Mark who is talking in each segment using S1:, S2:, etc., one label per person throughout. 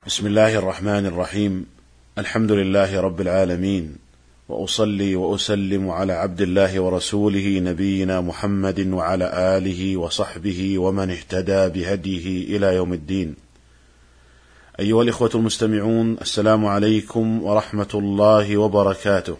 S1: بسم الله الرحمن الرحيم. الحمد لله رب العالمين، وأصلي وأسلم على عبد الله ورسوله نبينا محمد وعلى آله وصحبه ومن اهتدى بهديه إلى يوم الدين. أيها الإخوة المستمعون، السلام عليكم ورحمة الله وبركاته.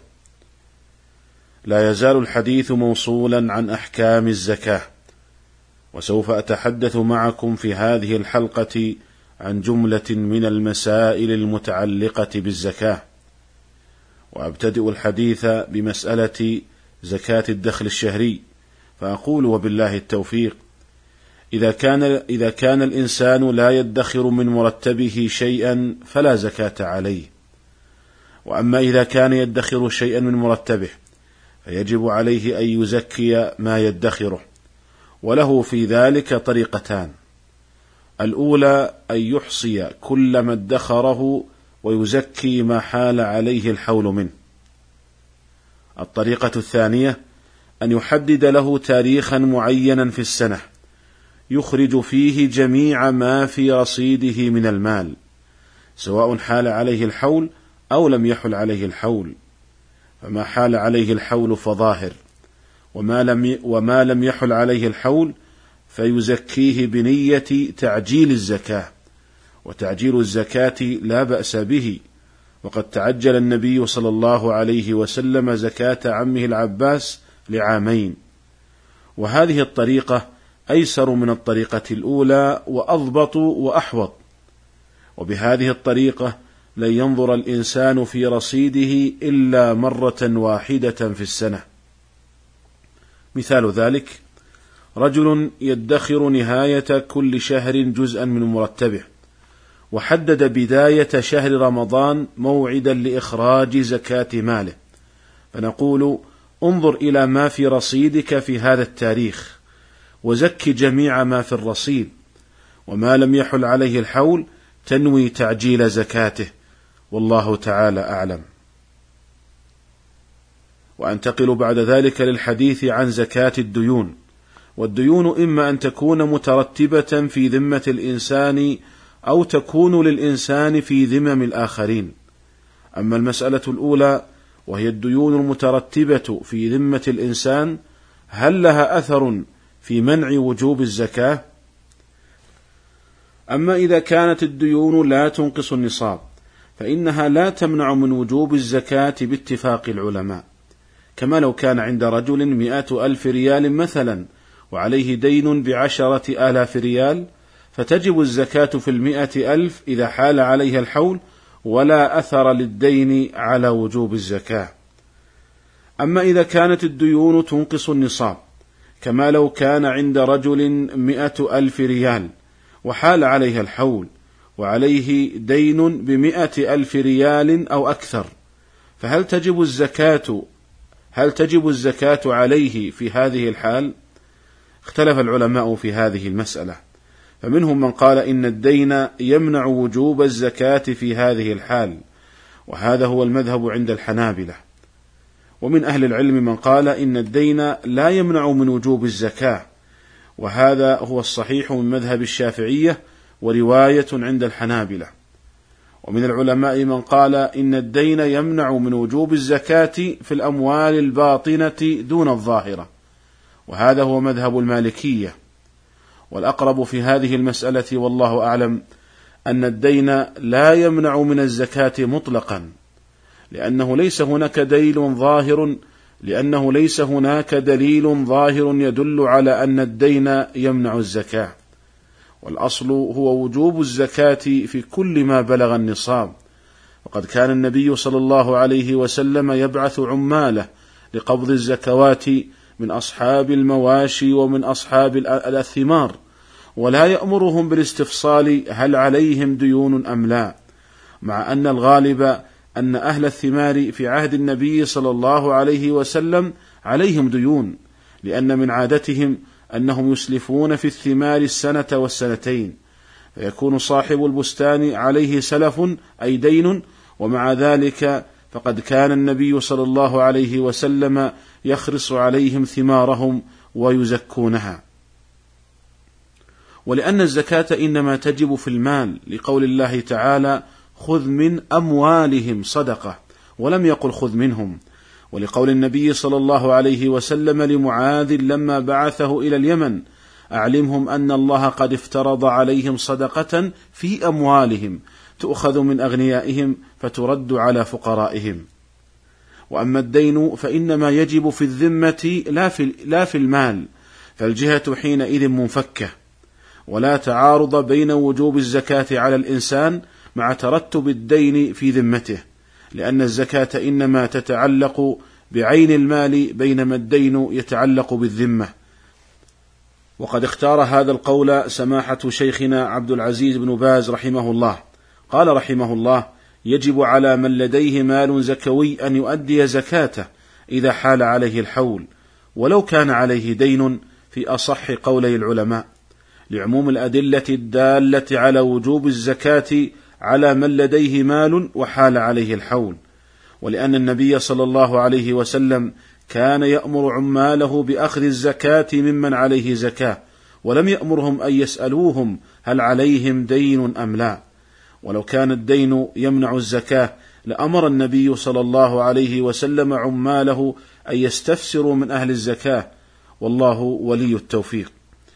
S1: لا يزال الحديث موصولا عن أحكام الزكاة، وسوف أتحدث معكم في هذه الحلقة عن جملة من المسائل المتعلقة بالزكاة، وأبتدئ الحديث بمسألة زكاة الدخل الشهري، فأقول وبالله التوفيق: إذا كان الإنسان لا يدخر من مرتبه شيئا فلا زكاة عليه، وأما إذا كان يدخر شيئا من مرتبه فيجب عليه أن يزكي ما يدخره، وله في ذلك طريقتان: الأولى أن يحصي كل ما ادخره ويزكي ما حال عليه الحول منه. الطريقة الثانية أن يحدد له تاريخا معينا في السنة يخرج فيه جميع ما في رصيده من المال، سواء حال عليه الحول أو لم يحل عليه الحول، فما حال عليه الحول فظاهر، وما لم يحل عليه الحول فيزكيه بنية تعجيل الزكاة، وتعجيل الزكاة لا بأس به، وقد تعجل النبي صلى الله عليه وسلم زكاة عمه العباس لعامين، وهذه الطريقة أيسر من الطريقة الأولى وأضبط وأحوط. وبهذه الطريقة لن ينظر الإنسان في رصيده إلا مرة واحدة في السنة. مثال ذلك: رجل يدخر نهاية كل شهر جزءا من مرتبه، وحدد بداية شهر رمضان موعدا لإخراج زكاة ماله، فنقول: انظر إلى ما في رصيدك في هذا التاريخ وزك جميع ما في الرصيد، وما لم يحل عليه الحول تنوي تعجيل زكاته، والله تعالى أعلم. وأنتقل بعد ذلك للحديث عن زكاة الديون. والديون إما أن تكون مترتبة في ذمة الإنسان أو تكون للإنسان في ذمم الآخرين. أما المسألة الأولى وهي الديون المترتبة في ذمة الإنسان، هل لها أثر في منع وجوب الزكاة؟ أما إذا كانت الديون لا تنقص النصاب فإنها لا تمنع من وجوب الزكاة باتفاق العلماء، كما لو كان عند رجل 100,000 ريال مثلا وعليه دين ب10,000 ريال، فتجب الزكاة في 100,000 إذا حال عليها الحول، ولا أثر للدين على وجوب الزكاة. أما إذا كانت الديون تنقص النصاب، كما لو كان عند رجل 100,000 ريال وحال عليها الحول وعليه دين ب100,000 ريال أو أكثر، فهل تجب الزكاة عليه في هذه الحال؟ اختلف العلماء في هذه المسألة، فمنهم من قال إن الدين يمنع وجوب الزكاة في هذه الحال، وهذا هو المذهب عند الحنابلة. ومن أهل العلم من قال إن الدين لا يمنع من وجوب الزكاة، وهذا هو الصحيح من مذهب الشافعية ورواية عند الحنابلة. ومن العلماء من قال إن الدين يمنع من وجوب الزكاة في الأموال الباطنة دون الظاهرة، وهذا هو مذهب المالكية. والأقرب في هذه المسألة والله أعلم أن الدين لا يمنع من الزكاة مطلقا، لأنه ليس هناك دليل ظاهر يدل على أن الدين يمنع الزكاة. والأصل هو وجوب الزكاة في كل ما بلغ النصاب، وقد كان النبي صلى الله عليه وسلم يبعث عماله لقبض الزكوات من أصحاب المواشي ومن أصحاب الثمار، ولا يأمرهم بالاستفصال هل عليهم ديون أم لا، مع أن الغالب أن أهل الثمار في عهد النبي صلى الله عليه وسلم عليهم ديون، لأن من عادتهم أنهم يسلفون في الثمار السنة والسنتين، فيكون صاحب البستان عليه سلف أي دين، ومع ذلك فقد كان النبي صلى الله عليه وسلم يخرص عليهم ثمارهم ويزكونها. ولأن الزكاة إنما تجب في المال، لقول الله تعالى: خذ من أموالهم صدقة، ولم يقل خذ منهم، ولقول النبي صلى الله عليه وسلم لمعاذ لما بعثه إلى اليمن: أعلمهم أن الله قد افترض عليهم صدقة في أموالهم تؤخذ من أغنيائهم فترد على فقرائهم. وأما الدين فإنما يجب في الذمة لا في المال، فالجهة حينئذ منفكة، ولا تعارض بين وجوب الزكاة على الإنسان مع ترتب الدين في ذمته، لأن الزكاة إنما تتعلق بعين المال، بينما الدين يتعلق بالذمة. وقد اختار هذا القول سماحة شيخنا عبد العزيز بن باز رحمه الله، قال رحمه الله: يجب على من لديه مال زكوي أن يؤدي زكاته إذا حال عليه الحول، ولو كان عليه دين، في أصح قولي العلماء، لعموم الأدلة الدالة على وجوب الزكاة على من لديه مال وحال عليه الحول، ولأن النبي صلى الله عليه وسلم كان يأمر عماله بأخذ الزكاة ممن عليه زكاة، ولم يأمرهم أن يسألوهم هل عليهم دين أم لا. ولو كان الدين يمنع الزكاة لأمر النبي صلى الله عليه وسلم عماله أن يستفسروا من أهل الزكاة، والله ولي التوفيق.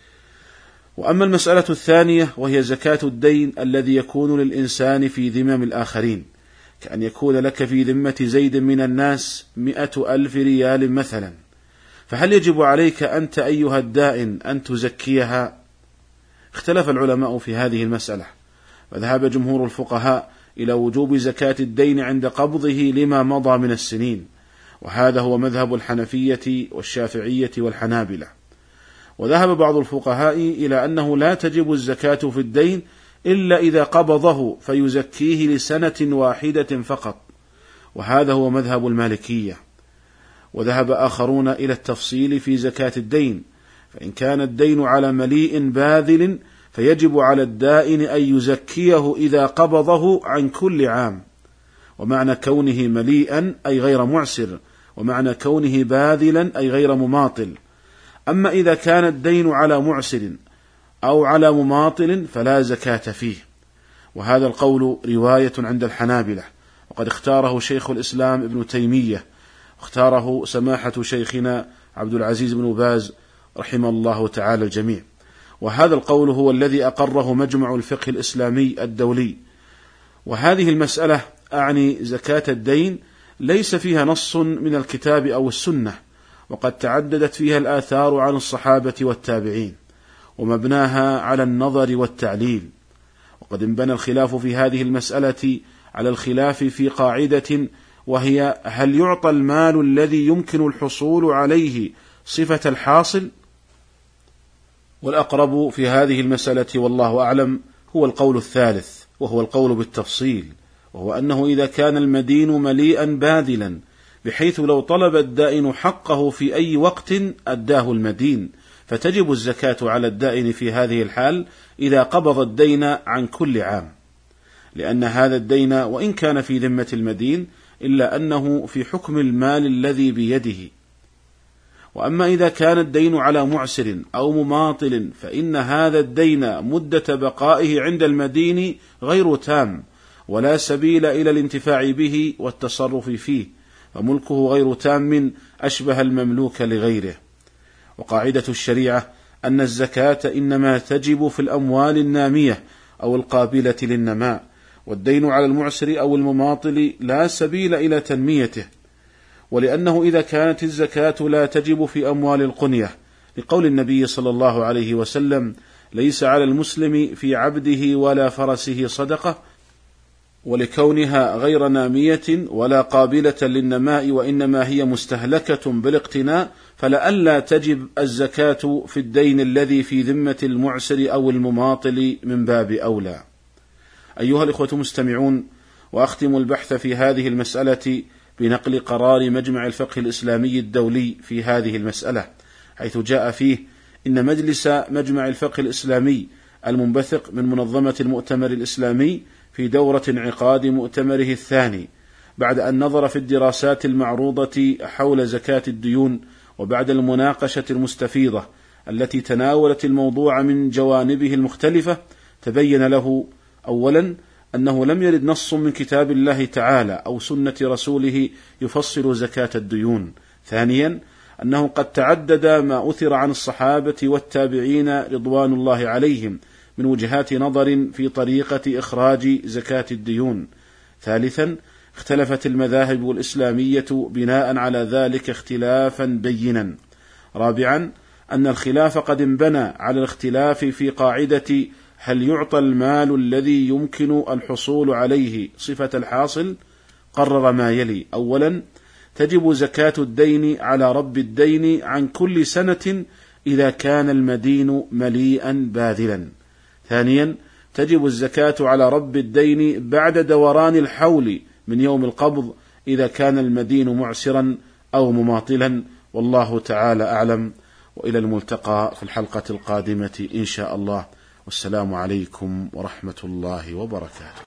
S1: وأما المسألة الثانية وهي زكاة الدين الذي يكون للإنسان في ذمم الآخرين، كأن يكون لك في ذمة زيد من الناس 100,000 ريال مثلا، فهل يجب عليك أنت أيها الدائن أن تزكيها؟ اختلف العلماء في هذه المسألة، فذهب جمهور الفقهاء إلى وجوب زكاة الدين عند قبضه لما مضى من السنين، وهذا هو مذهب الحنفية والشافعية والحنابلة. وذهب بعض الفقهاء إلى أنه لا تجب الزكاة في الدين إلا إذا قبضه فيزكيه لسنة واحدة فقط، وهذا هو مذهب المالكية. وذهب آخرون إلى التفصيل في زكاة الدين، فإن كان الدين على مليء باذل فيجب على الدائن أن يزكيه إذا قبضه عن كل عام، ومعنى كونه مليئا أي غير معسر، ومعنى كونه باذلا أي غير مماطل. أما إذا كان الدين على معسر أو على مماطل فلا زكاة فيه، وهذا القول رواية عند الحنابلة، وقد اختاره شيخ الإسلام ابن تيمية، واختاره سماحة شيخنا عبد العزيز بن باز رحمه الله تعالى الجميع. وهذا القول هو الذي أقره مجمع الفقه الإسلامي الدولي. وهذه المسألة أعني زكاة الدين ليس فيها نص من الكتاب أو السنة، وقد تعددت فيها الآثار عن الصحابة والتابعين، ومبناها على النظر والتعليل. وقد انبنى الخلاف في هذه المسألة على الخلاف في قاعدة، وهي: هل يعطى المال الذي يمكن الحصول عليه صفة الحاصل؟ والأقرب في هذه المسألة والله أعلم هو القول الثالث، وهو القول بالتفصيل، وهو أنه إذا كان المدين مليئا باذلا بحيث لو طلب الدائن حقه في أي وقت أداه المدين، فتجب الزكاة على الدائن في هذه الحال إذا قبض الدين عن كل عام، لأن هذا الدين وإن كان في ذمة المدين إلا أنه في حكم المال الذي بيده. وأما إذا كان الدين على معسر أو مماطل فإن هذا الدين مدة بقائه عند المدين غير تام، ولا سبيل إلى الانتفاع به والتصرف فيه، فملكه غير تام أشبه المملوك لغيره. وقاعدة الشريعة أن الزكاة إنما تجب في الأموال النامية أو القابلة للنماء، والدين على المعسر أو المماطل لا سبيل إلى تنميته. ولأنه إذا كانت الزكاة لا تجب في أموال القنية، لقول النبي صلى الله عليه وسلم: ليس على المسلم في عبده ولا فرسه صدقة، ولكونها غير نامية ولا قابلة للنماء وإنما هي مستهلكة بالاقتناء، فلئلا تجب الزكاة في الدين الذي في ذمة المعسر أو المماطل من باب أولى. أيها الإخوة المستمعون، وأختم البحث في هذه المسألة بنقل قرار مجمع الفقه الإسلامي الدولي في هذه المسألة، حيث جاء فيه: إن مجلس مجمع الفقه الإسلامي المنبثق من منظمة المؤتمر الإسلامي في دورة انعقاد مؤتمره الثاني، بعد أن نظر في الدراسات المعروضة حول زكاة الديون، وبعد المناقشة المستفيضة التي تناولت الموضوع من جوانبه المختلفة، تبين له أولا أنه لم يرد نص من كتاب الله تعالى أو سنة رسوله يفصل زكاة الديون. ثانيا أنه قد تعدد ما أثر عن الصحابة والتابعين رضوان الله عليهم من وجهات نظر في طريقة إخراج زكاة الديون. ثالثا اختلفت المذاهب الإسلامية بناء على ذلك اختلافا بينا. رابعا أن الخلاف قد انبنى على الاختلاف في قاعدة هل يعطى المال الذي يمكن الحصول عليه صفة الحاصل. قرر ما يلي: أولا تجب زكاة الدين على رب الدين عن كل سنة إذا كان المدين مليئا باذلا. ثانيا تجب الزكاة على رب الدين بعد دوران الحول من يوم القبض إذا كان المدين معسرا أو مماطلا. والله تعالى أعلم، وإلى الملتقى في الحلقة القادمة إن شاء الله، والسلام عليكم ورحمة الله وبركاته.